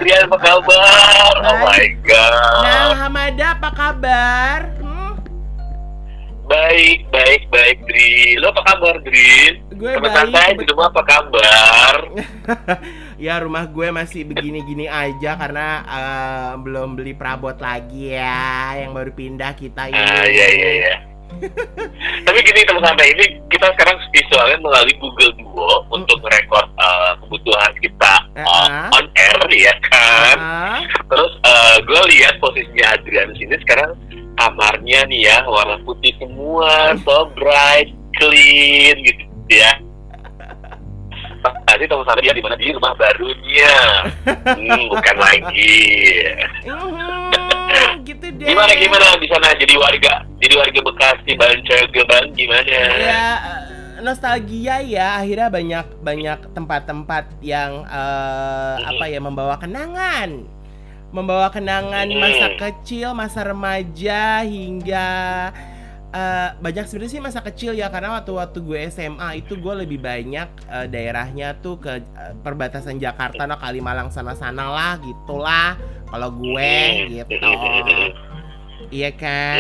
Adrian, apa kabar? Oh my god. Nah, Hamada apa kabar? Baik, Dri. Lo apa kabar, Dri? Gue Teman baik. santai di rumah apa kabar? Ya, rumah gue masih begini-gini aja karena belum beli perabot lagi ya, yang baru pindah kita ini. Iya. Tapi gini teman santai, ini kita sekarang visualnya melalui Google Duo untuk merekord kebutuhan kita on air ya kan. Terus gue lihat posisinya Adrian di sini sekarang kamarnya nih ya warna putih semua, so bright, clean gitu ya. Tadi teman santai dia di mana, di rumah barunya, bukan lagi. Gitu deh. Gimana di sana jadi warga Bekasi, Banjargebang gimana? Ya, nostalgia ya, akhirnya banyak tempat-tempat yang apa ya, membawa kenangan masa kecil, masa remaja hingga banyak sebenarnya sih masa kecil ya, karena waktu gue SMA itu gue lebih banyak daerahnya tuh ke perbatasan Jakarta, Kalimalang sana-sana lah gitulah kalau gue gitu. Iya kan?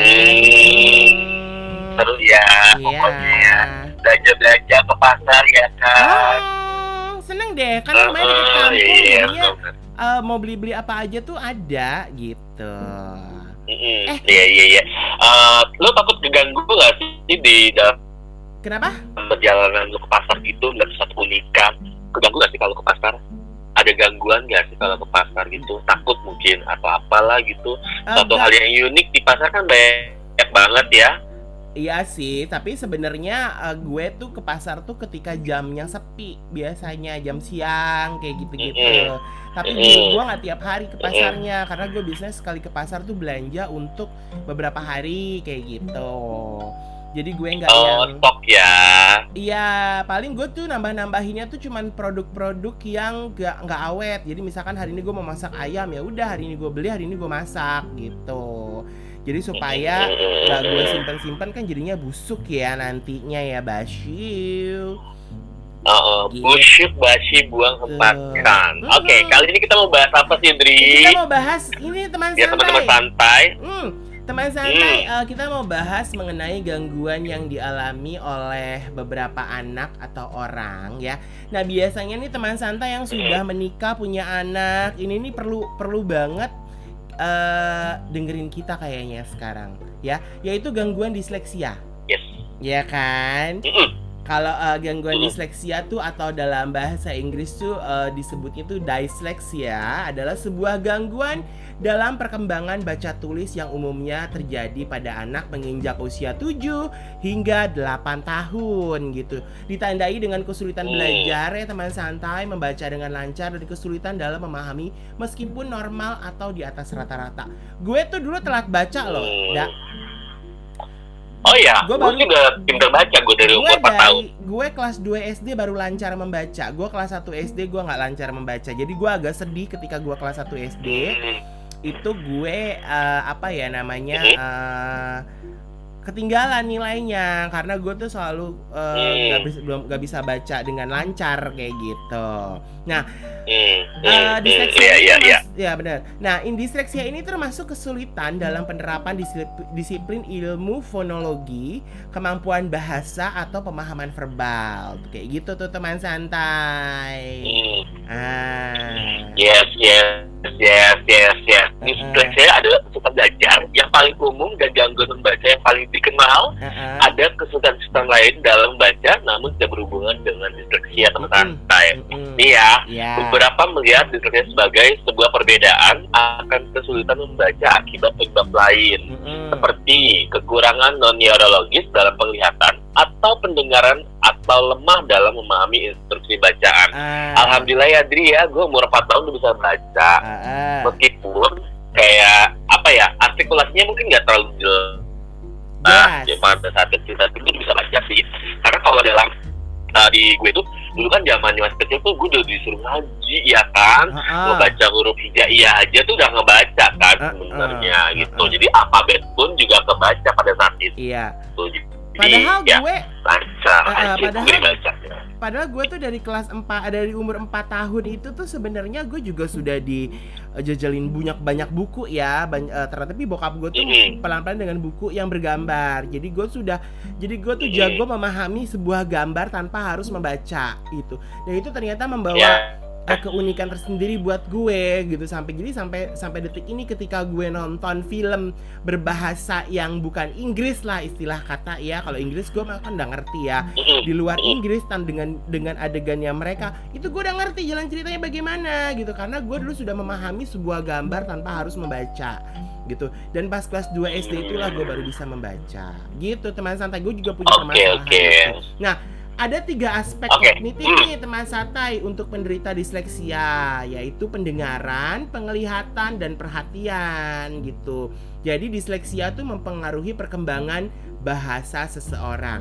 Seru ya, pokoknya belanja ke pasar ya kan? Seneng deh, kan lumayan deket kampung, jadinya mau beli-beli apa aja tuh ada gitu. Iya. Lo takut keganggu gak sih di dalam Kenapa? perjalanan lo ke pasar gitu, nggak bisa keunikan? Keganggu gak sih kalau ke pasar? Ada gangguan gak sih kalau ke pasar gitu? Takut mungkin atau apalah gitu? Satu hal yang unik di pasar kan banyak banget ya. Iya sih, tapi sebenarnya gue tuh ke pasar tuh ketika jamnya sepi, biasanya jam siang kayak gitu-gitu. Tapi gue nggak tiap hari ke pasarnya, karena gue biasanya sekali ke pasar tuh belanja untuk beberapa hari kayak gitu. Jadi gue nggak yang stok ya. Iya, paling gue tuh nambah-nambahinnya tuh cuman produk-produk yang nggak awet. Jadi misalkan hari ini gue mau masak ayam, ya udah hari ini gue beli, hari ini gue masak gitu. Jadi supaya nggak gue simpen-simpen kan jadinya busuk ya nantinya ya, Basyu. Busuk basi buang hempaskan. Oke, kali ini kita mau bahas apa sih, Dri? Kita mau bahas ini teman santai. Teman-teman santai. Teman santai, kita mau bahas mengenai gangguan yang dialami oleh beberapa anak atau orang ya. Nah, biasanya nih teman santai yang sudah menikah, punya anak, ini nih perlu banget dengerin kita kayaknya sekarang ya, yaitu gangguan disleksia. Yes. Ya kan? Kalau gangguan disleksia tuh atau dalam bahasa Inggris tuh disebutnya tuh dyslexia, adalah sebuah gangguan dalam perkembangan baca tulis yang umumnya terjadi pada anak menginjak usia 7 hingga 8 tahun gitu. Ditandai dengan kesulitan belajar ya teman santai, membaca dengan lancar, dan kesulitan dalam memahami meskipun normal atau di atas rata-rata. Gue tuh dulu telat baca loh, Oh iya, gue sih udah pinter baca, gue dari umur 4 tahun. Gue kelas 2 SD baru lancar membaca. Gue kelas 1 SD gue gak lancar membaca. Jadi gue agak sedih ketika gue kelas 1 SD. Itu gue ketinggalan nilainya, karena gue tuh selalu gak bisa baca dengan lancar kayak gitu. Nah, disleksia ya benar. Nah, disleksia ini termasuk kesulitan dalam penerapan disiplin ilmu fonologi, kemampuan bahasa atau pemahaman verbal. Kayak gitu tuh teman santai. Yes. Disleksia adalah kesulitan belajar yang paling umum dan gangguan membaca yang paling dikenal. Ada kesulitan lain dalam membaca namun tidak berhubungan dengan disleksia teman santai. Nih ya, beberapa melihat disleksia sebagai sebuah perbedaan akan kesulitan membaca akibat penyebab lain, seperti kekurangan non-neurologis dalam penglihatan atau pendengaran atau lemah dalam memahami instruksi bacaan. Alhamdulillah ya, Dri ya, gue umur 4 tahun udah bisa baca. Meskipun kayak artikulasinya mungkin nggak terlalu jelas ya pada saat kecil, tapi gue bisa baca sih. Karena kalau dalam di gue tuh dulu kan zamannya masih kecil tuh gue udah disuruh ngaji ya kan, ngebaca huruf hijaiyah aja tuh udah ngebaca kan sebenarnya gitu. Jadi alfabet pun juga kebaca pada saat itu. Padahal gue baca. Padahal gue tuh dari kelas 4, dari umur 4 tahun itu tuh sebenarnya gue juga sudah dijajalin banyak buku ya. Tapi bokap gue tuh pelan-pelan dengan buku yang bergambar. Jadi gue tuh jago memahami sebuah gambar tanpa harus membaca gitu. Dan itu ternyata membawa keunikan tersendiri buat gue gitu, sampai detik ini ketika gue nonton film berbahasa yang bukan Inggris lah istilah kata ya. Kalau Inggris gue kan udah ngerti ya. Di luar Inggris dengan adegannya mereka itu gue udah ngerti jalan ceritanya bagaimana gitu, karena gue dulu sudah memahami sebuah gambar tanpa harus membaca gitu. Dan pas kelas 2 SD itulah gue baru bisa membaca gitu. Teman santai gue juga punya permasalahan gitu. Nah, ada 3 aspek kognitif nih teman santai untuk penderita disleksia, yaitu pendengaran, penglihatan, dan perhatian gitu. Jadi disleksia tuh mempengaruhi perkembangan bahasa seseorang.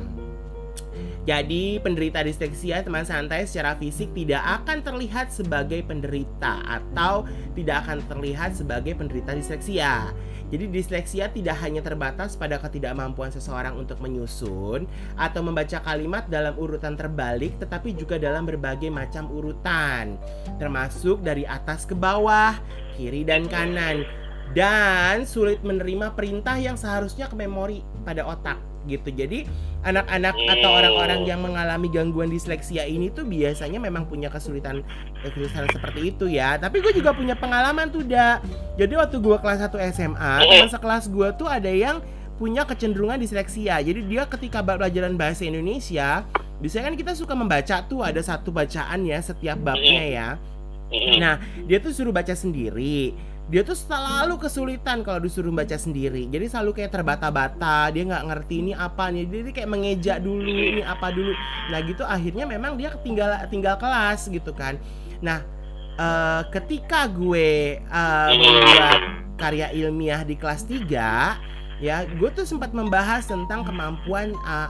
Jadi penderita disleksia teman santai secara fisik tidak akan terlihat sebagai penderita atau tidak akan terlihat sebagai penderita disleksia. Jadi disleksia tidak hanya terbatas pada ketidakmampuan seseorang untuk menyusun atau membaca kalimat dalam urutan terbalik, tetapi juga dalam berbagai macam urutan, termasuk dari atas ke bawah, kiri dan kanan, dan sulit menerima perintah yang seharusnya ke memori pada otak gitu. Jadi anak-anak atau orang-orang yang mengalami gangguan disleksia ini tuh biasanya memang punya kesulitan seperti itu ya. Tapi gue juga punya pengalaman tuh, Jadi waktu gue kelas 1 SMA, teman sekelas gue tuh ada yang punya kecenderungan disleksia. Jadi dia ketika pelajaran bahasa Indonesia, biasanya kan kita suka membaca tuh, ada satu bacaan ya setiap babnya ya. Nah, dia tuh suruh baca sendiri. Dia tuh selalu kesulitan kalau disuruh baca sendiri. Jadi selalu kayak terbata-bata, dia nggak ngerti ini apa nih. Jadi kayak mengeja dulu, ini apa dulu. Nah gitu akhirnya memang dia tinggal kelas gitu kan. Nah ketika gue membuat karya ilmiah di kelas 3 ya, gue tuh sempat membahas tentang kemampuan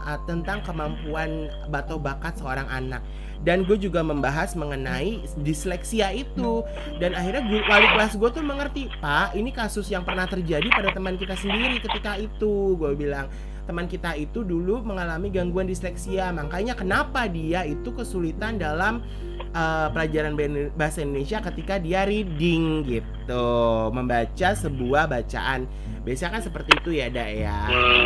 atau bakat seorang anak. Dan gue juga membahas mengenai disleksia itu. Dan akhirnya wali kelas gue tuh mengerti, Pak, ini kasus yang pernah terjadi pada teman kita sendiri ketika itu. Gue bilang, teman kita itu dulu mengalami gangguan disleksia. Makanya kenapa dia itu kesulitan dalam pelajaran bahasa Indonesia ketika dia reading gitu, membaca sebuah bacaan. Biasanya kan seperti itu ya, Dak ya.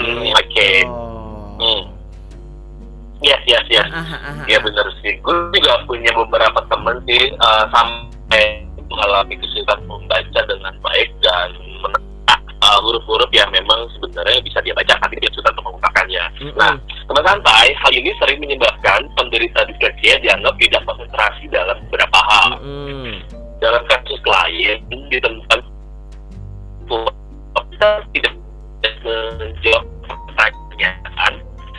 Yes. Ya benar sih. Gue juga punya beberapa teman sih sampai mengalami kesulitan membaca dengan baik dan menetap huruf-huruf yang memang sebenarnya bisa dia baca, tapi dia susah untuk mengungkapkannya. Nah, teman santai, hal ini sering menyebabkan penderita disleksia dianggap tidak konsentrasi dalam beberapa hal. Dalam kasus lain ditemukan kita tidak menjawab pertanyaan,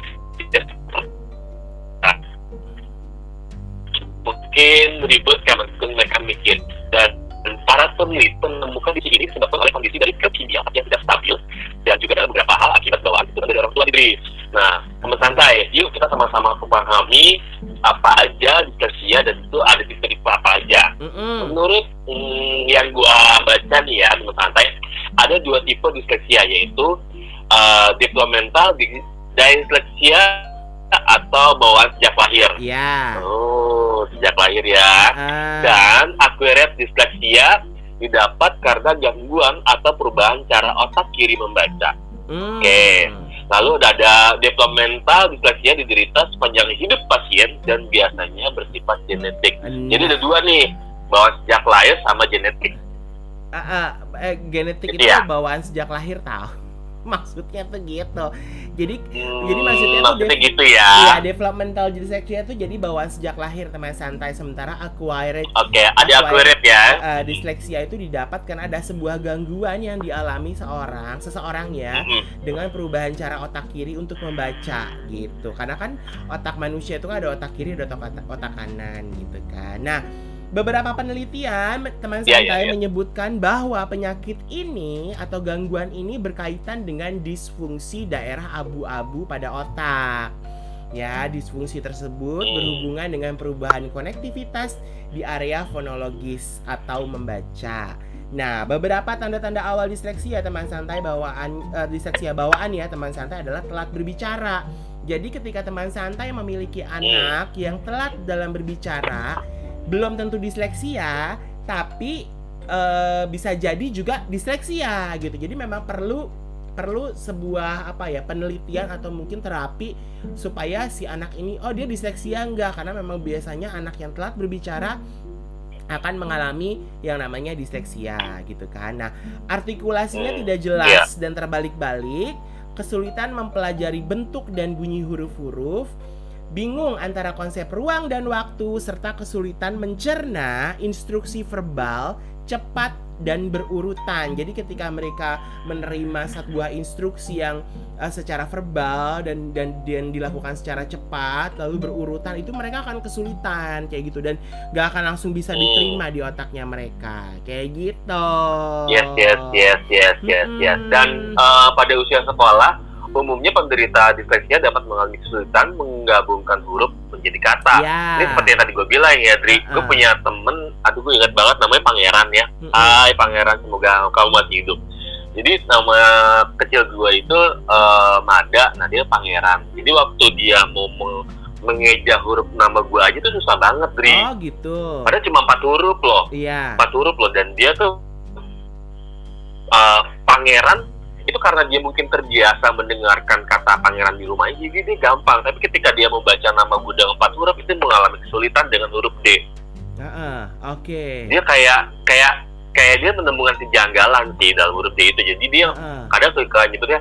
mungkin ribet karena mereka mikir, dan para peneliti menemukan di sini disebabkan oleh kondisi dari kekinian yang tidak stabil dan juga dalam beberapa hal akibat bawaan dari orang tua diri. Nah, teman santai, yuk kita sama-sama memahami apa aja disleksia dan itu ada tipe-tipe apa aja. Menurut yang gua baca nih ya, teman santai, ada 2 tipe disleksia, yaitu developmental dyslexia atau bawaan sejak lahir. Sejak lahir ya. Dan acquired dyslexia didapat karena gangguan atau perubahan cara otak kiri membaca. Lalu ada developmental dyslexia diderita sepanjang hidup pasien dan biasanya bersifat genetik. Jadi ada 2 nih, bawaan sejak lahir sama genetik. Genetik itu ya? Bawaan sejak lahir tahu. Maksudnya tuh gitu. Jadi maksudnya tuh gitu ya. Iya, developmental dyslexia tuh jadi bawaan sejak lahir, teman santai. Sementara acquired acquired ya. Disleksia itu didapat karena ada sebuah gangguan yang dialami seseorang ya, dengan perubahan cara otak kiri untuk membaca gitu. Karena kan otak manusia itu kan ada otak kiri, ada otak kanan gitu kan. Nah, beberapa penelitian teman santai menyebutkan bahwa penyakit ini atau gangguan ini berkaitan dengan disfungsi daerah abu-abu pada otak. Ya, disfungsi tersebut berhubungan dengan perubahan konektivitas di area fonologis atau membaca. Nah, beberapa tanda-tanda awal disleksia teman santai disleksia bawaan ya teman santai adalah telat berbicara. Jadi ketika teman santai memiliki anak yang telat dalam berbicara, belum tentu disleksia, tapi bisa jadi juga disleksia gitu. Jadi memang perlu sebuah penelitian atau mungkin terapi supaya si anak ini dia disleksia enggak, karena memang biasanya anak yang telat berbicara akan mengalami yang namanya disleksia gitu kan. Nah, artikulasinya tidak jelas dan terbalik-balik, kesulitan mempelajari bentuk dan bunyi huruf-huruf, bingung antara konsep ruang dan waktu, serta kesulitan mencerna instruksi verbal cepat dan berurutan. Jadi ketika mereka menerima satu buah instruksi yang secara verbal dan dilakukan secara cepat lalu berurutan, itu mereka akan kesulitan kayak gitu dan gak akan langsung bisa diterima di otaknya mereka kayak gitu. Yes. Dan pada usia sekolah umumnya penderita disleksia dapat mengalami kesulitan menggabungkan huruf menjadi kata. Ini seperti yang tadi gue bilang ya, Dri. Gue punya temen, gue ingat banget namanya Pangeran ya. Hai Pangeran, semoga kamu masih hidup. Jadi nama kecil gue itu Mada, nah dia Pangeran. Jadi waktu dia mau mengeja huruf nama gue aja tuh susah banget, Dri. Oh gitu. Padahal cuma 4 huruf loh. Iya. 4 huruf loh, dan dia tuh Pangeran itu karena dia mungkin terbiasa mendengarkan kata Pangeran di rumahnya, jadi dia gampang. Tapi ketika dia membaca nama gue dengan 4 huruf, itu mengalami kesulitan dengan huruf D. Oke. Dia kayak dia menemukan kejanggalan sih dalam huruf D itu. Jadi dia kadang suka nyebutnya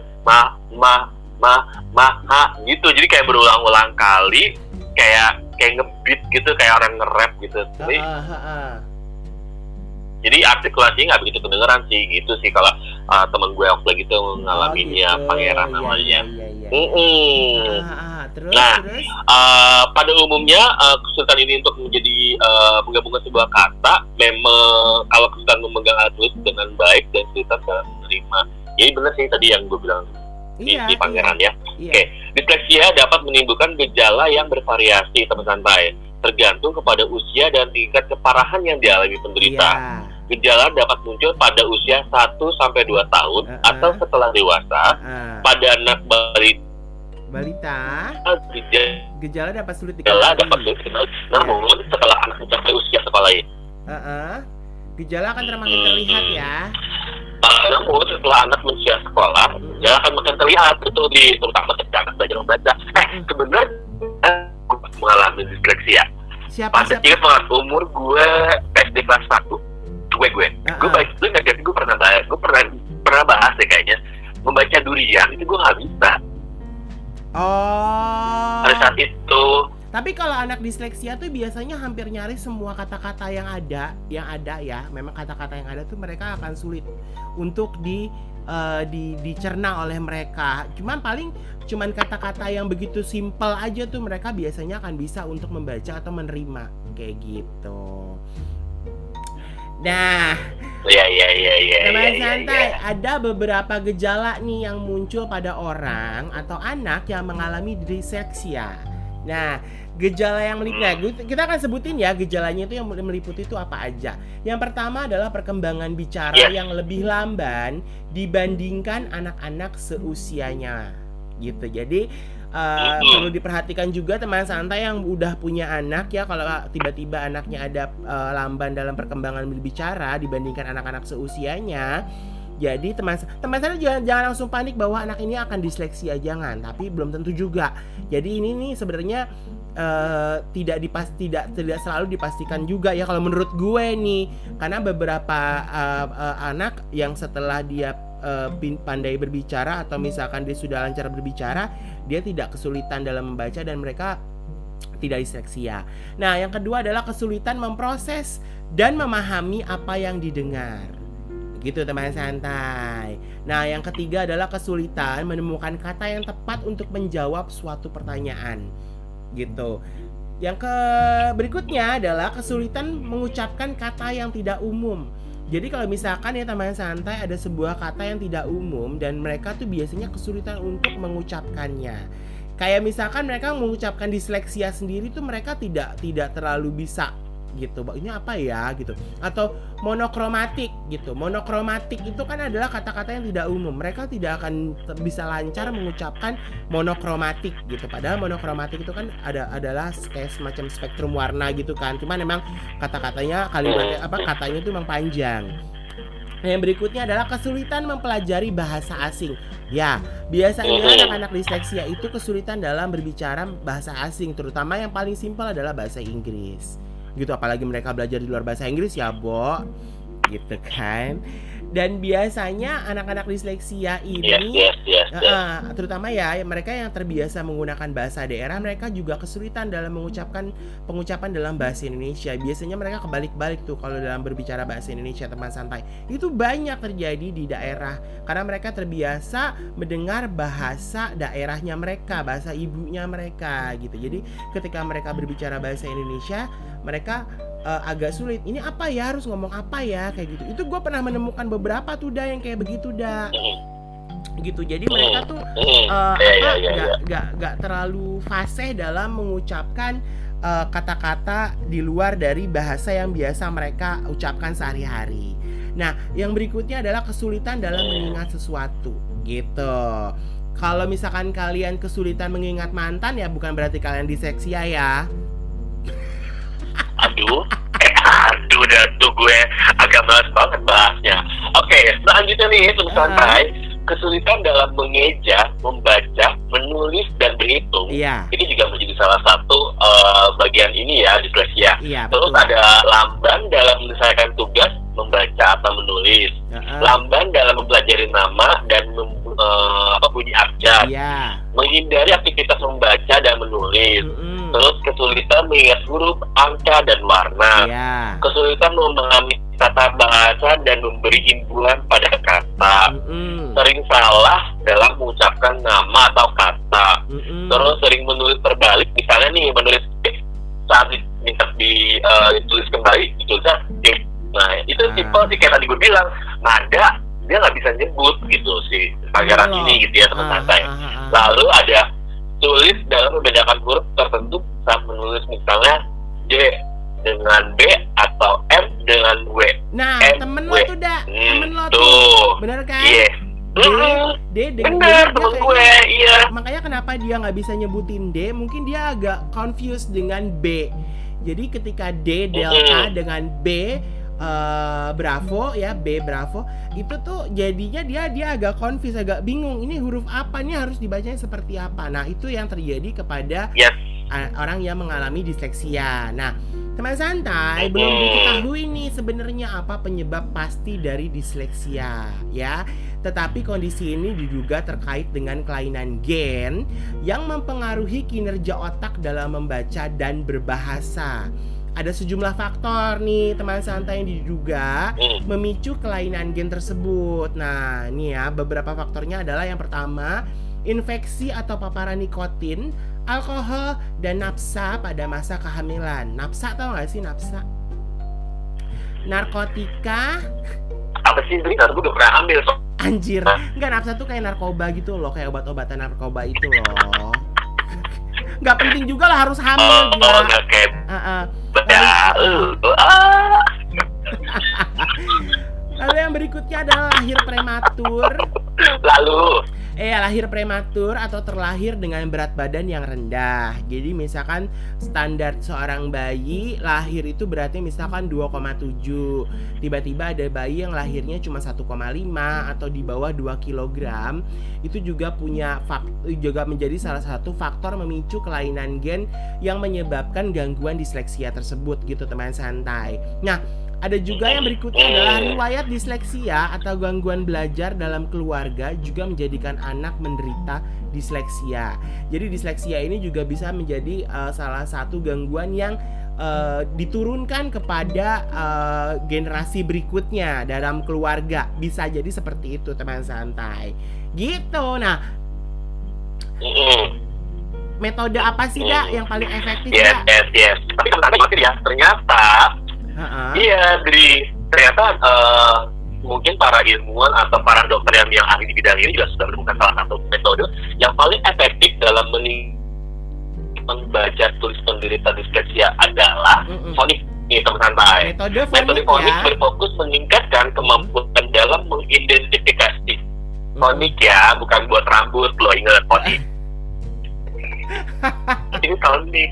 ma gitu. Jadi kayak berulang-ulang kali, kayak ngebeat gitu, kayak orang nge-rap gitu. Jadi artikulasinya nggak begitu kedengeran sih, gitu sih kalau teman gue yang lagi tuh mengalaminya gitu. Pangeran namanya. Terus, pada umumnya kesulitan ini untuk menggabungkan sebuah kata, memang kalau kesulitan memegang alat tulis dengan baik dan kesulitan dalam menerima. Jadi benar sih tadi yang gue bilang di Pangeran ya. Oke, disleksia dapat menimbulkan gejala yang bervariasi teman santai, tergantung kepada usia dan tingkat keparahan yang dialami penderita. Gejala dapat muncul pada usia 1-2 tahun atau setelah dewasa. Pada anak balita, gejala dapat sulit diketahui. Namun setelah anak mencapai usia sekolah ini, gejala akan makin terlihat ya. Namun setelah anak mencapai sekolah, gejala akan makin terlihat, terutama ketika anak belajar membaca. Sebenarnya mengalami disleksia. Pada ingat banget umur gue SD kelas 1, gue pernah bahas deh kayaknya, membaca durian itu gue nggak bisa. Pada saat itu. Tapi kalau anak disleksia tuh biasanya hampir nyaris semua kata-kata yang ada ya, memang kata-kata yang ada tuh mereka akan sulit untuk dicerna oleh mereka. Cuman kata-kata yang begitu simpel aja tuh mereka biasanya akan bisa untuk membaca atau menerima kayak gitu. Nah, teman santai, ada beberapa gejala nih yang muncul pada orang atau anak yang mengalami disleksia. Nah, gejala yang meliputi, kita akan sebutin ya gejalanya itu yang meliputi itu apa aja. Yang pertama adalah perkembangan bicara yang lebih lamban dibandingkan anak-anak seusianya gitu. Jadi perlu diperhatikan juga teman santai yang udah punya anak ya, kalau tiba-tiba anaknya ada lamban dalam perkembangan berbicara dibandingkan anak-anak seusianya. Jadi teman santai jangan langsung panik bahwa anak ini akan disleksia, jangan, tapi belum tentu juga. Jadi ini nih sebenarnya tidak selalu dipastikan juga ya kalau menurut gue nih, karena beberapa anak yang setelah dia pandai berbicara atau misalkan dia sudah lancar berbicara, dia tidak kesulitan dalam membaca dan mereka tidak disleksia. Nah, yang kedua adalah kesulitan memproses dan memahami apa yang didengar. Gitu teman santai. Nah, yang ketiga adalah kesulitan menemukan kata yang tepat untuk menjawab suatu pertanyaan. Gitu. Yang berikutnya adalah kesulitan mengucapkan kata yang tidak umum. Jadi kalau misalkan ya teman santai ada sebuah kata yang tidak umum dan mereka tuh biasanya kesulitan untuk mengucapkannya. Kayak misalkan mereka mengucapkan disleksia sendiri tuh mereka tidak terlalu bisa gitu. Ini apa ya gitu. Atau monokromatik gitu. Monokromatik itu kan adalah kata-kata yang tidak umum. Mereka tidak akan bisa lancar mengucapkan monokromatik gitu. Padahal monokromatik itu kan adalah kayak semacam spektrum warna gitu kan. Cuman memang kata-katanya katanya itu memang panjang. Nah, yang berikutnya adalah kesulitan mempelajari bahasa asing. Ya, biasanya anak-anak disleksia itu kesulitan dalam berbicara bahasa asing, terutama yang paling simpel adalah bahasa Inggris. Gitu, apalagi mereka belajar di luar bahasa Inggris ya, Bo. Gitu kan. Dan biasanya anak-anak disleksia ini terutama ya mereka yang terbiasa menggunakan bahasa daerah, mereka juga kesulitan dalam pengucapan dalam bahasa Indonesia. Biasanya mereka kebalik-balik tuh kalau dalam berbicara bahasa Indonesia, teman santai. Itu banyak terjadi di daerah karena mereka terbiasa mendengar bahasa daerahnya mereka, bahasa ibunya mereka gitu. Jadi ketika mereka berbicara bahasa Indonesia, mereka agak sulit. Ini apa ya, harus ngomong apa ya, kayak gitu. Itu gue pernah menemukan beberapa tuh yang kayak begitu gitu. Jadi mereka tuh gak terlalu fasih dalam mengucapkan kata-kata di luar dari bahasa yang biasa mereka ucapkan sehari-hari. Nah, yang berikutnya adalah kesulitan dalam mengingat sesuatu gitu. Kalau misalkan kalian kesulitan mengingat mantan, ya bukan berarti kalian disleksia ya. Aduh, tuh gue agak males banget bahasnya. Oke, selanjutnya nih, teman santai, kesulitan dalam mengeja, membaca, menulis, dan berhitung. Ini juga menjadi salah satu bagian ini ya, disleksia. Terus ada lamban dalam menyelesaikan tugas, membaca atau menulis. Lamban dalam mempelajari nama dan bunyi abjad. Menghindari aktivitas membaca dan menulis. Terus kesulitan mengingat huruf, angka, dan warna. Kesulitan memahami tata bahasa dan memberi imbuhan pada kata. Sering salah dalam mengucapkan nama atau kata. Terus sering menulis terbalik. Misalnya nih, menulis saat ditulis kembali, ditulisnya D. Nah, itu simpel sih, kayak tadi gue bilang, nada dia nggak bisa nyebut gitu sih pelajaran ini gitu ya, teman santai. Lalu ada tulis dalam membedakan huruf tertentu saat menulis, misalnya D dengan B atau M dengan W. Nah, temen lo tuh temen lo tuh, bener kan? D dengan bener, temen gue, iya. Makanya kenapa dia nggak bisa nyebutin D? Mungkin dia agak confused dengan B. Jadi ketika D delta dengan B Bravo ya, B Bravo itu tuh jadinya dia agak confused, agak bingung, ini huruf apa nih, harus dibacanya seperti apa. Nah, itu yang terjadi kepada orang yang mengalami disleksia. Nah, teman santai, belum diketahui nih sebenarnya apa penyebab pasti dari disleksia ya. Tetapi kondisi ini diduga terkait dengan kelainan gen yang mempengaruhi kinerja otak dalam membaca dan berbahasa. Ada sejumlah faktor nih teman santai yang diduga memicu kelainan gen tersebut. Nah, ini ya beberapa faktornya adalah yang pertama, infeksi atau paparan nikotin, alkohol, dan nafsa pada masa kehamilan. Nafsa, tau gak sih nafsa? Narkotika. Apa sih ini? Gue udah pernah ambil. Anjir, enggak, nafsa tuh kayak narkoba gitu loh, kayak obat-obatan narkoba itu loh. Nggak penting juga lah harus hamil juga. Lalu yang berikutnya adalah lahir prematur. Lahir prematur atau terlahir dengan berat badan yang rendah. Jadi misalkan standar seorang bayi lahir itu beratnya misalkan 2,7. Tiba-tiba ada bayi yang lahirnya cuma 1,5 atau di bawah 2 kg. Itu juga juga menjadi salah satu faktor memicu kelainan gen yang menyebabkan gangguan disleksia tersebut gitu teman santai. Nah, ada juga yang berikutnya adalah riwayat disleksia atau gangguan belajar dalam keluarga juga menjadikan anak menderita disleksia. Jadi disleksia ini juga bisa menjadi salah satu gangguan yang diturunkan kepada generasi berikutnya dalam keluarga. Bisa jadi seperti itu teman santai. Gitu. Nah, metode apa sih yang paling efektif? Yes. Tapi ternyata iya, ternyata mungkin para ilmuwan atau para dokter yang ahli di bidang ini juga sudah menemukan salah satu metode yang paling efektif dalam membaca tulis penderita disleksia adalah fonik. nih teman santai. Metode fonik ya. berfokus meningkatkan kemampuan dalam mengidentifikasi. Fonik ya, bukan buat rambut lo, ingat fonik. Ini fonik.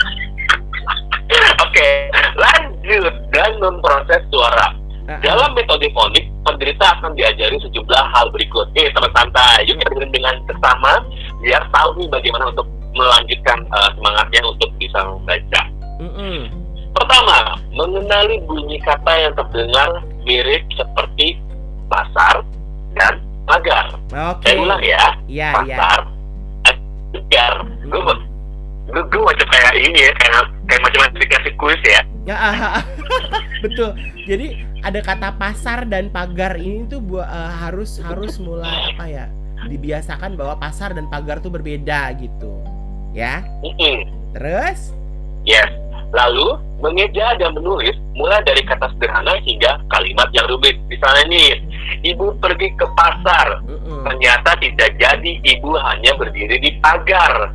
Oke, lanjut dan memproses suara. Dalam metode fonik, penderita akan diajari sejumlah hal berikut. Teman santai, yuk kita dengerin dengan bersama biar tahu nih bagaimana untuk melanjutkan semangatnya untuk bisa membaca. Pertama, mengenali bunyi kata yang terdengar mirip seperti pasar dan pagar. Saya ulang ya, pasar, pagar. Gue macam kayak ini ya, kayak macam aplikasi kuis ya. Betul. Jadi ada kata pasar dan pagar ini tuh harus mulai apa ya? Dibiasakan bahwa pasar dan pagar tuh berbeda gitu. Ya. Terus? Yes. Lalu mengeja dan menulis mulai dari kata sederhana hingga kalimat yang rumit. Misalnya nih, ibu pergi ke pasar. Ternyata tidak jadi, ibu hanya berdiri di pagar.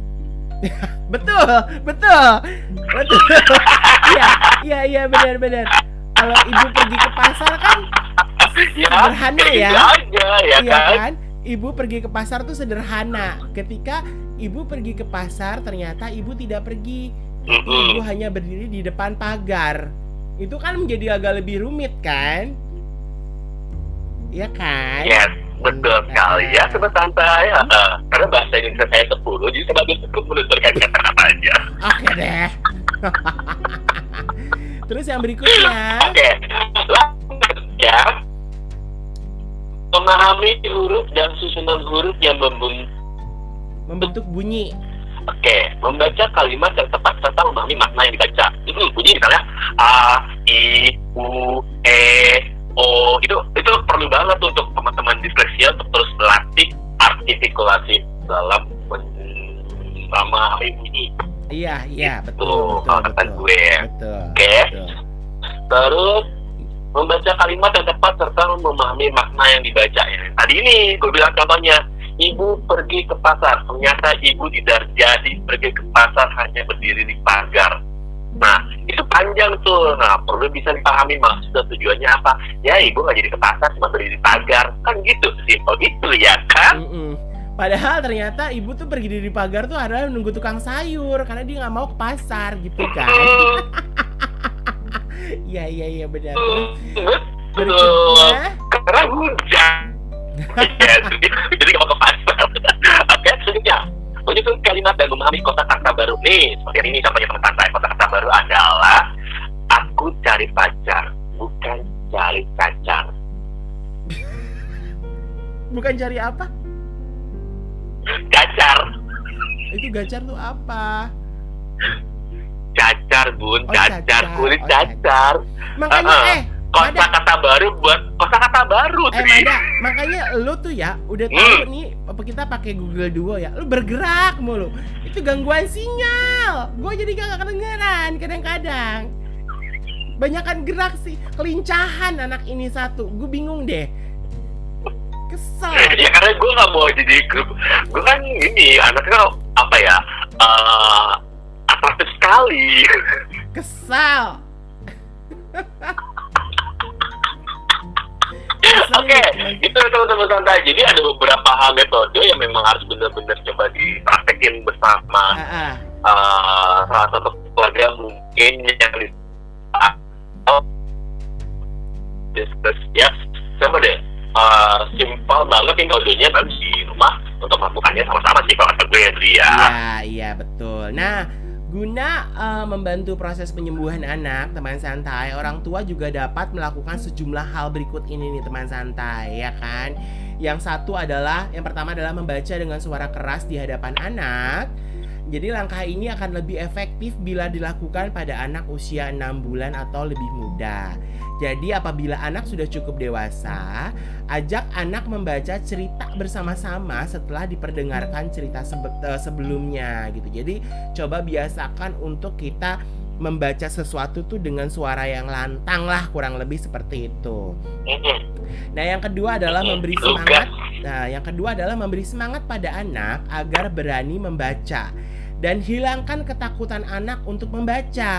betul. Iya benar. Kalau ibu pergi ke pasar kan sederhana ya. Iya kan? Ibu pergi ke pasar tuh sederhana. Ketika ibu pergi ke pasar, ternyata ibu tidak pergi. Ibu hanya berdiri di depan pagar. Itu kan menjadi agak lebih rumit kan? Iya kan? Yes, betul sekali ya, sobat santai. Karena bahasa Indonesia saya 10, jadi saya cukup menuturkan kata-kata aja. Oke deh. Terus yang berikutnya. Oke, lanjut ya. Memahami huruf dan susunan huruf yang membentuk bunyi. Oke, membaca kalimat yang tepat serta memahami makna yang dibaca. Bunyi misalnya A, I, U, E, O. Itu perlu banget untuk teman-teman disleksia untuk terus melatih artikulasi dalam memahami bunyi. Iya, betul. Gue. Betul. Oke. Terus membaca kalimat yang tepat serta memahami makna yang dibaca. Tadi ini gue bilang contohnya. Ibu pergi ke pasar, ternyata ibu tidak jadi pergi ke pasar, hanya berdiri di pagar. Nah, itu panjang tuh. Nah, perlu bisa dipahami maksud dan tujuannya apa. Ya, ibu nggak jadi ke pasar, cuma berdiri di pagar. Kan gitu, simpel gitu ya kan? Padahal ternyata ibu tuh pergi di pagar tuh adalah nunggu tukang sayur, karena dia nggak mau ke pasar gitu kan. Iya benar. Betul. Karena hujan. Jadi nggak mau ke pasar. Oke, selanjutnya menyusun kalimat dan memahami kosakata baru nih. Seperti ini contohnya teman santai. Kosakata baru adalah aku cari pacar, bukan cari cacar. Bukan cari apa? Cacar. Itu cacar tuh apa? Cacar bun, cacar kulit cacar. Makanya kosakata baru buat kosakata baru. Mada, makanya lu tuh ya udah tahu nih apa kita pakai Google Duo ya, lu bergerak mulu. Itu gangguan sinyal. Gue jadi gak kedengeran kadang-kadang. Banyakan gerak sih, kelincahan anak ini satu. Gue bingung deh. Kesel. Ya karena gue gak mau jadi grup. Gue kan ini anaknya apa ya? Atraktif sekali. Kesal. Oke, itu teman-teman santai. Jadi ada beberapa hal metode yang memang harus benar-benar coba dipraktekin bersama salah satu keluarga mungkin yang diskus ya. Coba deh, simpel banget ini metodenya baru di rumah untuk melakukannya sama-sama sih kalau kata gue ya. Iya betul. Nah, guna membantu proses penyembuhan anak, teman santai, orang tua juga dapat melakukan sejumlah hal berikut ini nih teman santai, ya kan? Yang pertama adalah membaca dengan suara keras di hadapan anak. Jadi langkah ini akan lebih efektif bila dilakukan pada anak usia 6 bulan atau lebih muda. Jadi apabila anak sudah cukup dewasa, ajak anak membaca cerita bersama-sama setelah diperdengarkan cerita sebelumnya gitu. Jadi coba biasakan untuk kita membaca sesuatu tuh dengan suara yang lantang lah, kurang lebih seperti itu. Nah, yang kedua adalah memberi semangat. Memberi semangat pada anak agar berani membaca dan hilangkan ketakutan anak untuk membaca.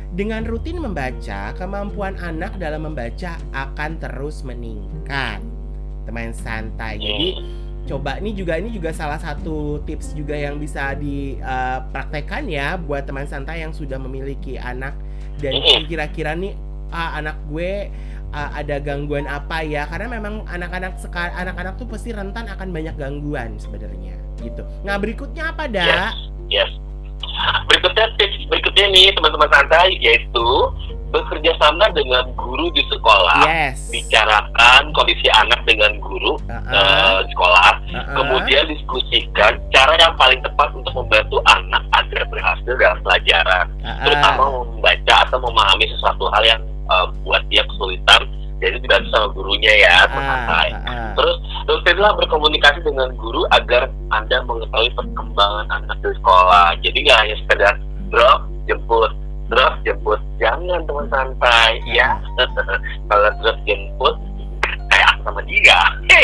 Dengan rutin membaca, kemampuan anak dalam membaca akan terus meningkat. Teman santai. Jadi coba ini juga salah satu tips juga yang bisa dipraktekkan ya buat teman santai yang sudah memiliki anak dan kira-kira nih anak gue ada gangguan apa ya, karena memang anak-anak tuh pasti rentan akan banyak gangguan sebenarnya gitu. Nah berikutnya apa Yes. Berikutnya nih teman-teman santai, yaitu bekerja sama dengan guru di sekolah. Bicarakan kondisi anak dengan guru di sekolah, kemudian diskusikan cara yang paling tepat untuk membantu anak agar berhasil dalam pelajaran, terutama membaca atau memahami sesuatu hal yang buat dia kesulitan. Jadi dibantu sama gurunya ya, santai. Terus rutinlah berkomunikasi dengan guru agar Anda mengetahui perkembangan anak di sekolah. Jadi nggak hanya sekedar drop, jemput, jangan teman santai ya. Kalau drop jemput kayak aku sama dia.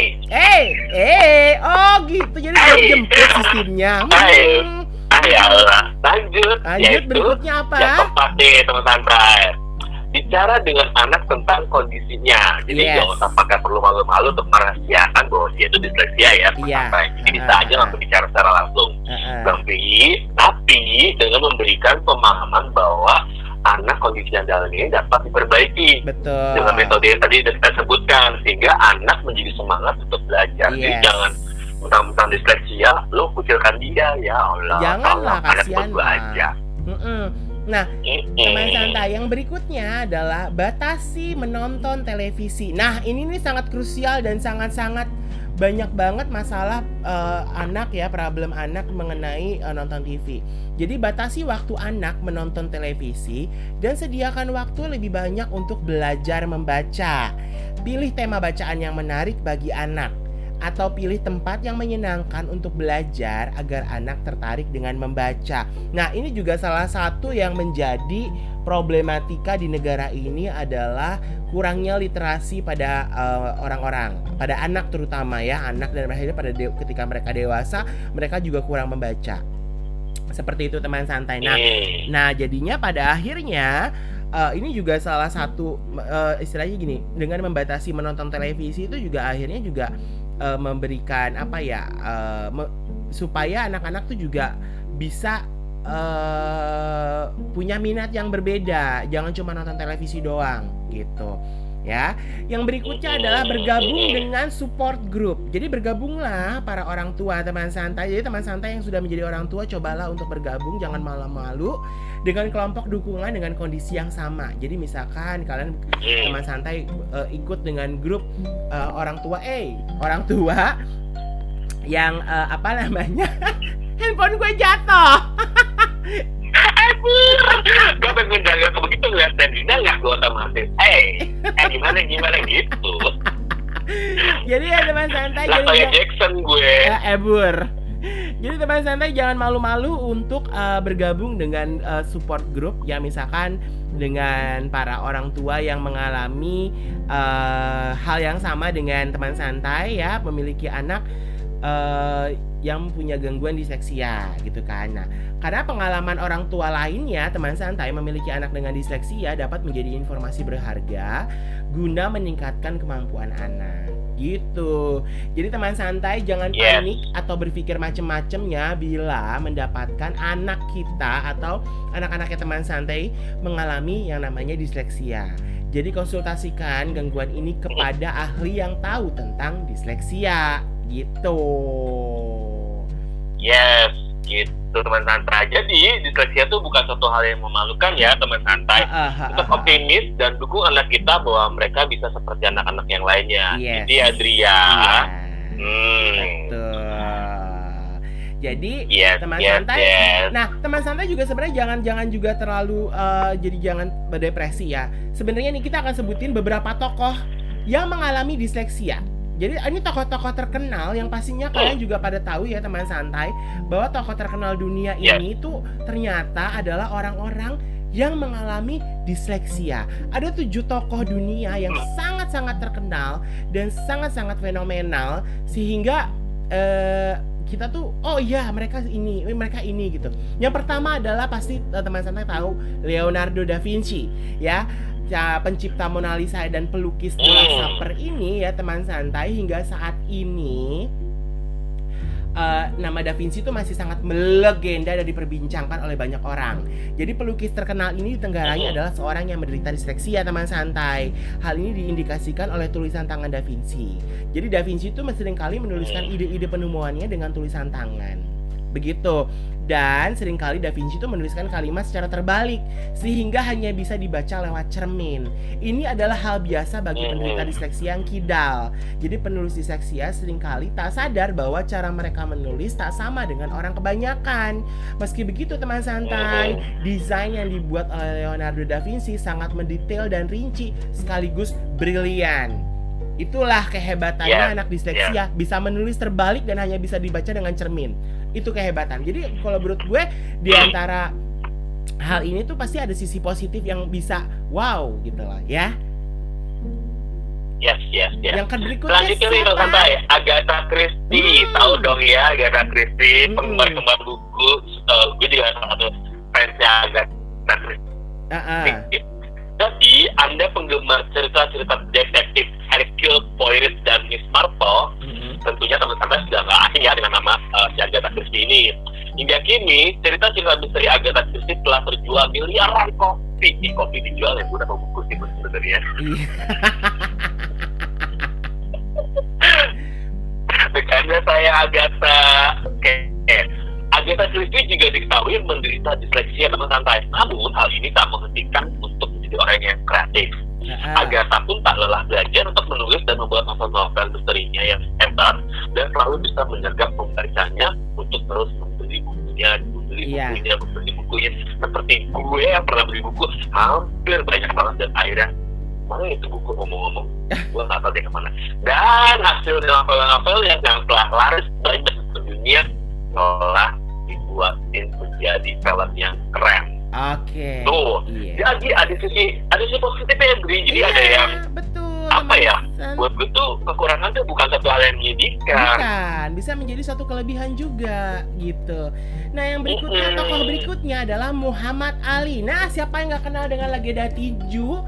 Oh gitu, jadi drop jemput sistemnya. Ayolah, lanjut. Berikutnya apa? Yang keempat nih teman santai, bicara dengan anak tentang kondisinya. Jadi nggak usah pakai perlu malu-malu untuk merahasiakan bahwa dia itu disleksia ya, sampai. Jadi bisa aja langsung bicara secara langsung. Tapi dengan memberikan pemahaman bahwa anak kondisi yang dalam ini dapat diperbaiki. Dengan metode yang tadi kita sebutkan, sehingga anak menjadi semangat untuk belajar. Jadi jangan mentang-mentang disleksia, lo kucilkan dia ya Allah. Janganlah, kasihan aja. Nah, teman santai yang berikutnya adalah batasi menonton televisi. Nah, ini nih sangat krusial dan sangat-sangat banyak banget masalah anak ya, problem anak mengenai nonton TV. Jadi batasi waktu anak menonton televisi dan sediakan waktu lebih banyak untuk belajar membaca. Pilih tema bacaan yang menarik bagi anak, atau pilih tempat yang menyenangkan untuk belajar agar anak tertarik dengan membaca. Nah, ini juga salah satu yang menjadi problematika di negara ini adalah kurangnya literasi pada orang-orang, pada anak terutama ya, anak dan akhirnya ketika mereka dewasa, mereka juga kurang membaca. Seperti itu teman santai. Nah, jadinya pada akhirnya ini juga salah satu istilahnya gini, dengan membatasi menonton televisi itu juga akhirnya juga memberikan apa ya, supaya anak-anak tuh juga bisa punya minat yang berbeda, jangan cuma nonton televisi doang gitu ya. Yang berikutnya adalah bergabung dengan support group. Jadi bergabunglah para orang tua teman santai. Jadi teman santai yang sudah menjadi orang tua, cobalah untuk bergabung, jangan malu-malu dengan kelompok dukungan dengan kondisi yang sama. Jadi misalkan kalian teman santai ikut dengan grup orang tua yang apa namanya handphone gue jatuh. Gue pengen jaga begitu ngeliat Dina nggak, gue otomatis gimana gitu. Jadi ya teman santai, lah kayak Jackson gue jadi teman santai jangan malu-malu untuk bergabung dengan support group ya, misalkan dengan para orang tua yang mengalami hal yang sama dengan teman santai ya, memiliki anak yang punya gangguan disleksia gitu kan. Nah, karena pengalaman orang tua lainnya teman santai memiliki anak dengan disleksia dapat menjadi informasi berharga guna meningkatkan kemampuan anak gitu. Jadi teman santai jangan panik atau berpikir macem-macemnya bila mendapatkan anak kita atau anak-anaknya teman santai mengalami yang namanya disleksia. Jadi konsultasikan gangguan ini kepada ahli yang tahu tentang disleksia gitu. Yes, gitu teman santai. Jadi disleksia itu bukan suatu hal yang memalukan ya teman santai. Tetap optimis dan dukung anak kita bahwa mereka bisa seperti anak-anak yang lainnya. Jadi Adria. Jadi teman santai. Nah, teman santai juga sebenarnya jangan juga terlalu jadi jangan berdepresi ya. Sebenarnya nih kita akan sebutin beberapa tokoh yang mengalami disleksia. Jadi ini tokoh-tokoh terkenal yang pastinya kalian juga pada tahu ya teman santai, bahwa tokoh terkenal dunia ini tuh ternyata adalah orang-orang yang mengalami disleksia. Ada 7 tokoh dunia yang sangat-sangat terkenal dan sangat-sangat fenomenal sehingga kita tuh oh iya mereka ini gitu. Yang pertama adalah pasti teman santai tahu Leonardo da Vinci ya. Pencipta Mona Lisa dan pelukis The Last Supper ini ya teman santai, hingga saat ini nama Da Vinci itu masih sangat melegenda dan diperbincangkan oleh banyak orang. Jadi pelukis terkenal ini ditenggarai adalah seorang yang menderita disleksia teman santai. Hal ini diindikasikan oleh tulisan tangan Da Vinci. Jadi Da Vinci itu seringkali menuliskan ide-ide penemuannya dengan tulisan tangan. Begitu. Dan seringkali Da Vinci itu menuliskan kalimat secara terbalik sehingga hanya bisa dibaca lewat cermin. Ini adalah hal biasa bagi penderita disleksia yang kidal. Jadi penulis disleksia seringkali tak sadar bahwa cara mereka menulis tak sama dengan orang kebanyakan. Meski begitu teman santai, desain yang dibuat oleh Leonardo da Vinci sangat mendetail dan rinci sekaligus brilian. Itulah kehebatannya anak disleksia, bisa menulis terbalik dan hanya bisa dibaca dengan cermin. Itu kehebatan. Jadi kalau menurut gue di antara hal ini tuh pasti ada sisi positif yang bisa wow gitu loh ya. Yes. Yang berikutnya siapa? Sampai Agatha Christie, tahu dong ya Agatha Christie, penggemar buku. Gue juga salah satu fansnya Agatha Christie. Jadi Anda penggemar cerita-cerita detektif Hercule Poirot dan Miss Marple, tentunya teman-teman sudah nggak asing ya dengan nama si Agatha Christie ini. Hingga kini cerita-cerita misteri Agatha Christie telah terjual miliaran kopi. Kopi dijual ya, udah mau buku sih sebenarnya. Karena saya Agatha Christie juga diketahui menderita disleksia teman santai. Namun hal ini tak menghentikan untuk menjadi orang yang kreatif. Agatha pun tak lelah belajar untuk menulis dan membuat novel-novel misterinya yang hebat dan selalu bisa menyergap pembacanya untuk terus membeli bukunya. Seperti gue yang pernah beli buku hampir banyak banget dan akhirnya mana itu buku ngomong-ngomong gue nggak tahu dia kemana. Dan hasil novel-novel yang telah laris banyak di dunia telah dibuatin menjadi film yang keren. Oke. Tuh, jadi ada sisi positifnya Bri. Jadi ada yang betul. Apa ya? Buat gue tuh kekurangan tuh bukan satu hal yang menyedihkan. Bukan, bisa menjadi satu kelebihan juga gitu. Nah yang berikutnya tokoh berikutnya adalah Muhammad Ali. Nah siapa yang nggak kenal dengan legenda tinju?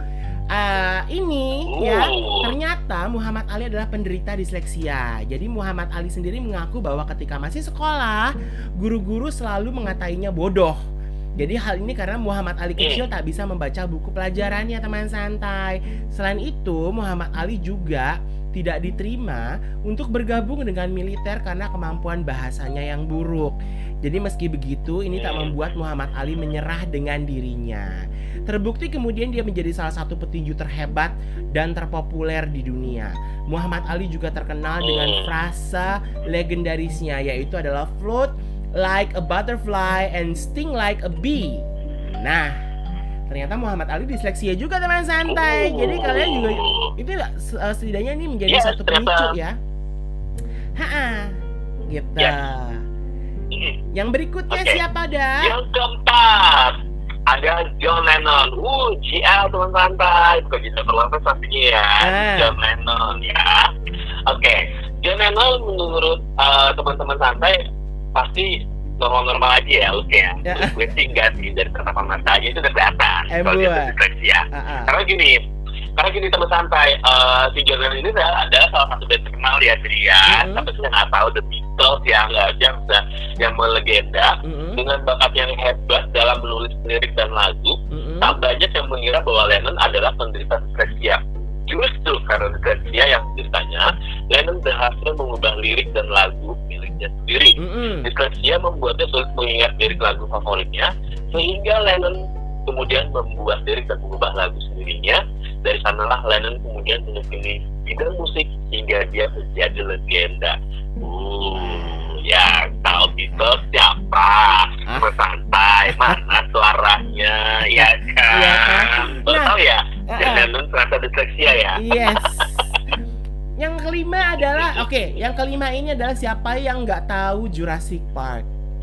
Ya ternyata Muhammad Ali adalah penderita disleksia. Jadi Muhammad Ali sendiri mengaku bahwa ketika masih sekolah, guru-guru selalu mengatainya bodoh. Jadi hal ini karena Muhammad Ali kecil tak bisa membaca buku pelajarannya teman santai. Selain itu Muhammad Ali juga tidak diterima untuk bergabung dengan militer karena kemampuan bahasanya yang buruk. Jadi meski begitu ini tak membuat Muhammad Ali menyerah dengan dirinya. Terbukti kemudian dia menjadi salah satu petinju terhebat dan terpopuler di dunia. Muhammad Ali juga terkenal dengan frasa legendarisnya yaitu adalah float like a butterfly and sting like a bee. Nah, ternyata Muhammad Ali disleksia juga teman santai. Jadi kalian juga itu setidaknya ini menjadi satu pemicu ya. Gitu. Yang berikutnya siapa dah? Yang keempat ada John Lennon. GL teman santai. Bukan John Lennon pastinya ya. John Lennon ya. Oke. John Lennon menurut teman-teman santai pasti normal-normal aja ya oke ya. Gue sih enggak sih dari tatapan mata aja itu udah kelihatan kalau dia disleksia. Karena gini teman santai, si John Lennon ini adalah salah satu band terkenal ya jadi ya. Tapi saya nggak tahu The Beatles yang melegenda dengan bakat yang hebat dalam menulis lirik dan lagu. Tak banyak yang mengira bahwa Lennon adalah penderita disleksia. Justru karena disleksia yang ceritanya, Lennon berhasil mengubah lirik dan lagu miliknya sendiri. Disleksia membuatnya sulit mengingat lirik lagu favoritnya, sehingga Lennon kemudian membuat lirik dan mengubah lagu sendirinya. Dari sanalah Lennon kemudian menyukai bidang musik hingga dia menjadi legenda. Ya tahu Beatles siapa? Santai, mana suaranya, ya kan? Tahu ya? Lennon ternyata disleksia ya. Yes. Yang kelima adalah yang kelima ini adalah siapa yang nggak tahu Jurassic Park?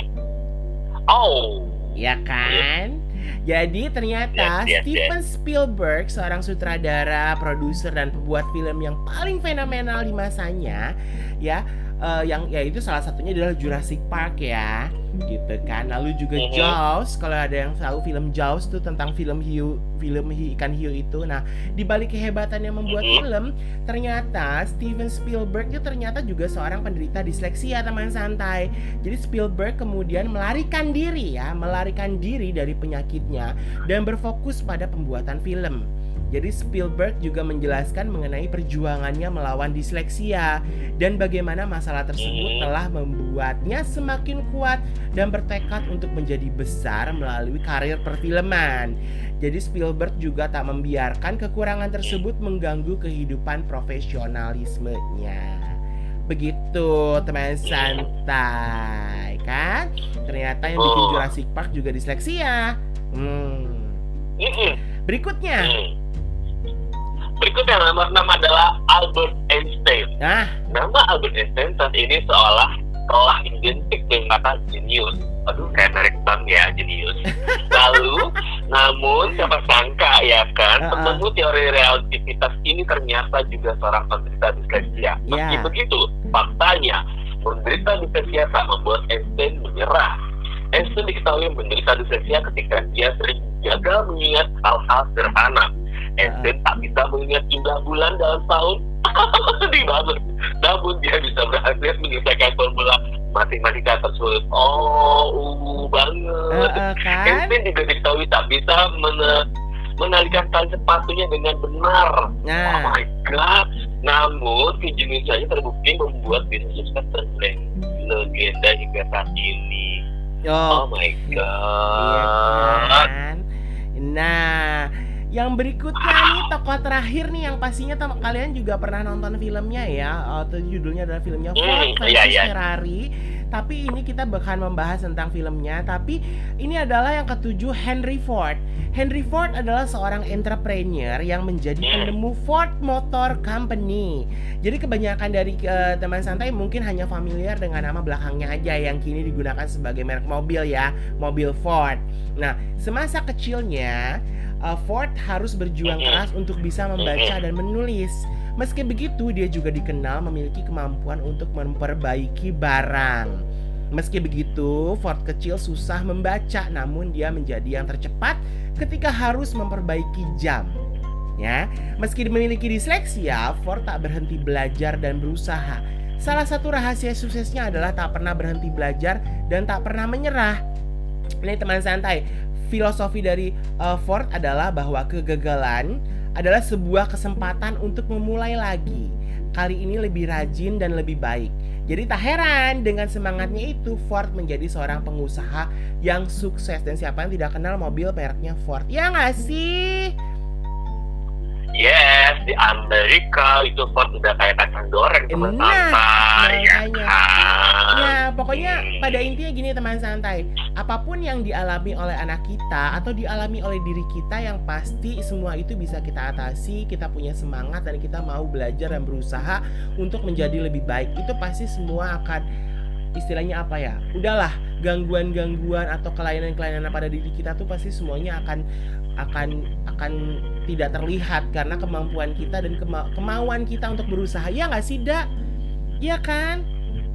Ya kan? Jadi ternyata Steven Spielberg, seorang sutradara, produser dan pembuat film yang paling fenomenal di masanya, ya, yang ya itu salah satunya adalah Jurassic Park ya, gitu kan. Lalu juga Jaws, kalau ada yang tahu film Jaws tuh tentang film ikan hiu itu. Nah, di balik kehebatannya membuat film, ternyata Steven Spielberg itu ternyata juga seorang penderita disleksia, teman santai. Jadi Spielberg kemudian melarikan diri dari penyakitnya dan berfokus pada pembuatan film. Jadi Spielberg juga menjelaskan mengenai perjuangannya melawan disleksia dan bagaimana masalah tersebut telah membuatnya semakin kuat dan bertekad untuk menjadi besar melalui karir perfilman. Jadi Spielberg juga tak membiarkan kekurangan tersebut mengganggu kehidupan profesionalismenya. Begitu teman santai kan? Ternyata yang bikin Jurassic Park juga disleksia. Berikutnya nomor 6 adalah Albert Einstein. Nama Albert Einstein saat ini seolah telah identik dengan kata genius. Aduh, kayak merek bank ya, genius. Lalu, namun siapa sangka ya kan, penemu teori relativitas ini ternyata juga seorang penderita disleksia. Meski begitu, faktanya menderita disleksia tak membuat Einstein menyerah. Einstein diketahui menderita disleksia ketika dia sering gagal mengingat hal-hal sederhana. Einstein tak bisa mengingat jumlah bulan dalam tahun. Sedih banget. Namun dia bisa berhasil menyelesaikan formula matematika tersebut. Banget. Einstein juga diketahui tak bisa mengalihkan tali sepatunya dengan benar. Oh my god. Namun kejeniusannya terbukti membuat dia sukses dan legenda hingga saat ini. Oh my god. Iya kan? Nah, yang berikutnya nih, tokoh terakhir nih yang pastinya kalian juga pernah nonton filmnya ya, atau judulnya adalah filmnya Ford versus Ferrari. Tapi ini kita bakal membahas tentang filmnya. Tapi ini adalah yang ketujuh, Henry Ford. Henry Ford adalah seorang entrepreneur yang menjadi penemu Ford Motor Company. Jadi kebanyakan dari teman santai mungkin hanya familiar dengan nama belakangnya aja yang kini digunakan sebagai merek mobil ya, mobil Ford. Nah, semasa kecilnya Ford harus berjuang keras untuk bisa membaca dan menulis. Meski begitu, dia juga dikenal memiliki kemampuan untuk memperbaiki barang. Meski begitu, Ford kecil susah membaca, namun dia menjadi yang tercepat ketika harus memperbaiki jam. Ya, meski memiliki disleksia, Ford tak berhenti belajar dan berusaha. Salah satu rahasia suksesnya adalah tak pernah berhenti belajar dan tak pernah menyerah. Ini teman santai, filosofi dari Ford adalah bahwa kegagalan adalah sebuah kesempatan untuk memulai lagi. Kali ini lebih rajin dan lebih baik. Jadi tak heran dengan semangatnya itu Ford menjadi seorang pengusaha yang sukses. Dan siapa yang tidak kenal mobil mereknya Ford? Ya nggak sih? Yes, di Amerika itu Ford udah kayak kacang goreng teman santai. Ya, pokoknya pada intinya gini teman santai, apapun yang dialami oleh anak kita atau dialami oleh diri kita, yang pasti semua itu bisa kita atasi. Kita punya semangat dan kita mau belajar dan berusaha untuk menjadi lebih baik. Itu pasti semua akan, istilahnya apa ya, udahlah, gangguan-gangguan atau kelainan-kelainan pada diri kita tuh pasti semuanya akan tidak terlihat karena kemampuan kita dan kemauan kita untuk berusaha. Ya nggak sih, Da? Iya kan?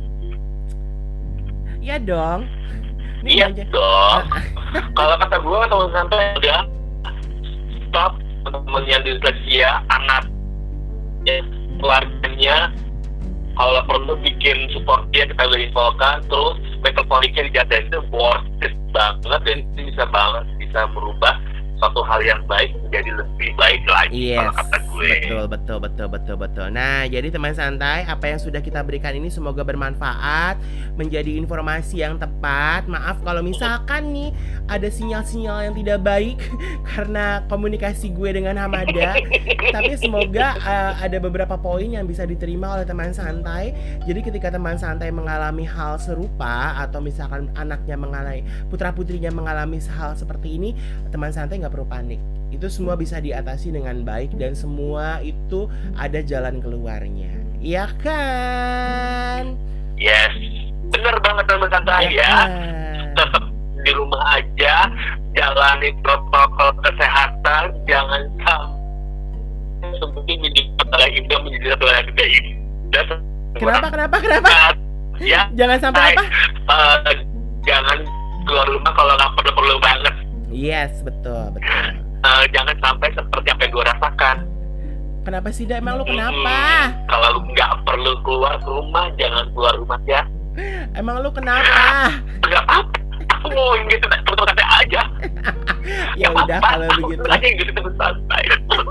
Iya dong. Iya dong. Kalau kata gue, teman santai udah stop teman yang disleksia, anak keluarganya. Kalau perlu bikin support dia, kita infokan. Terus metafoniknya dijadiin itu worth it banget, dan itu bisa merubah suatu hal yang baik menjadi lebih baik lagi. Yes, kalau kata gue. Betul. Nah, jadi teman santai, apa yang sudah kita berikan ini semoga bermanfaat, menjadi informasi yang tepat. Maaf kalau misalkan nih ada sinyal-sinyal yang tidak baik karena komunikasi gue dengan Hamada. Tapi semoga ada beberapa poin yang bisa diterima oleh teman santai. Jadi ketika teman santai mengalami hal serupa, atau misalkan anaknya mengalami, putra-putrinya mengalami hal seperti ini, teman santai nggak perlu panik. Itu semua bisa diatasi dengan baik dan semua itu ada jalan keluarnya. Iya kan? Yes, bener banget teman santai ya. Tetap di rumah aja, jalani protokol kesehatan, jangan sampai seperti menjadi indah menjadi satu yang tidak indah. Kenapa? Ya, Jangan sampai apa? Jangan keluar rumah kalau nggak perlu banget. Yes, betul. Jangan sampai seperti apa yang gue rasakan. Kenapa sih, Da? Emang lu kenapa? Kalau nggak perlu keluar rumah, jangan keluar rumah ya. Emang lu kenapa? Nggak apa-apa. Aku mau gitu, teman-teman santai aja. Ya udah kalau begitu. Aja gitu teman santai.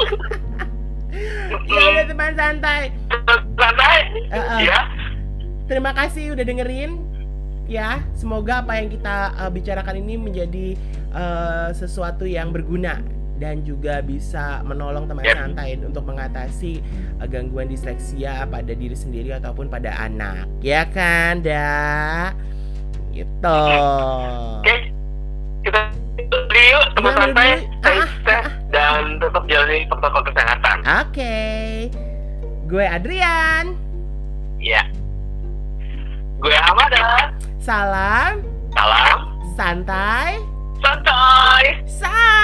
Ya udah teman santai. Santai. Ya. Terima kasih udah dengerin. Ya, semoga apa yang kita bicarakan ini menjadi sesuatu yang berguna dan juga bisa menolong teman santai untuk mengatasi gangguan disleksia pada diri sendiri ataupun pada anak. Ya kan, Da? Gitu. Oke. Kita yuk teman santai, stay dan tetap jalani protokol kesehatan. Oke. Gue Adrian. Iya. Gue Hamada. Salam santai. Santai.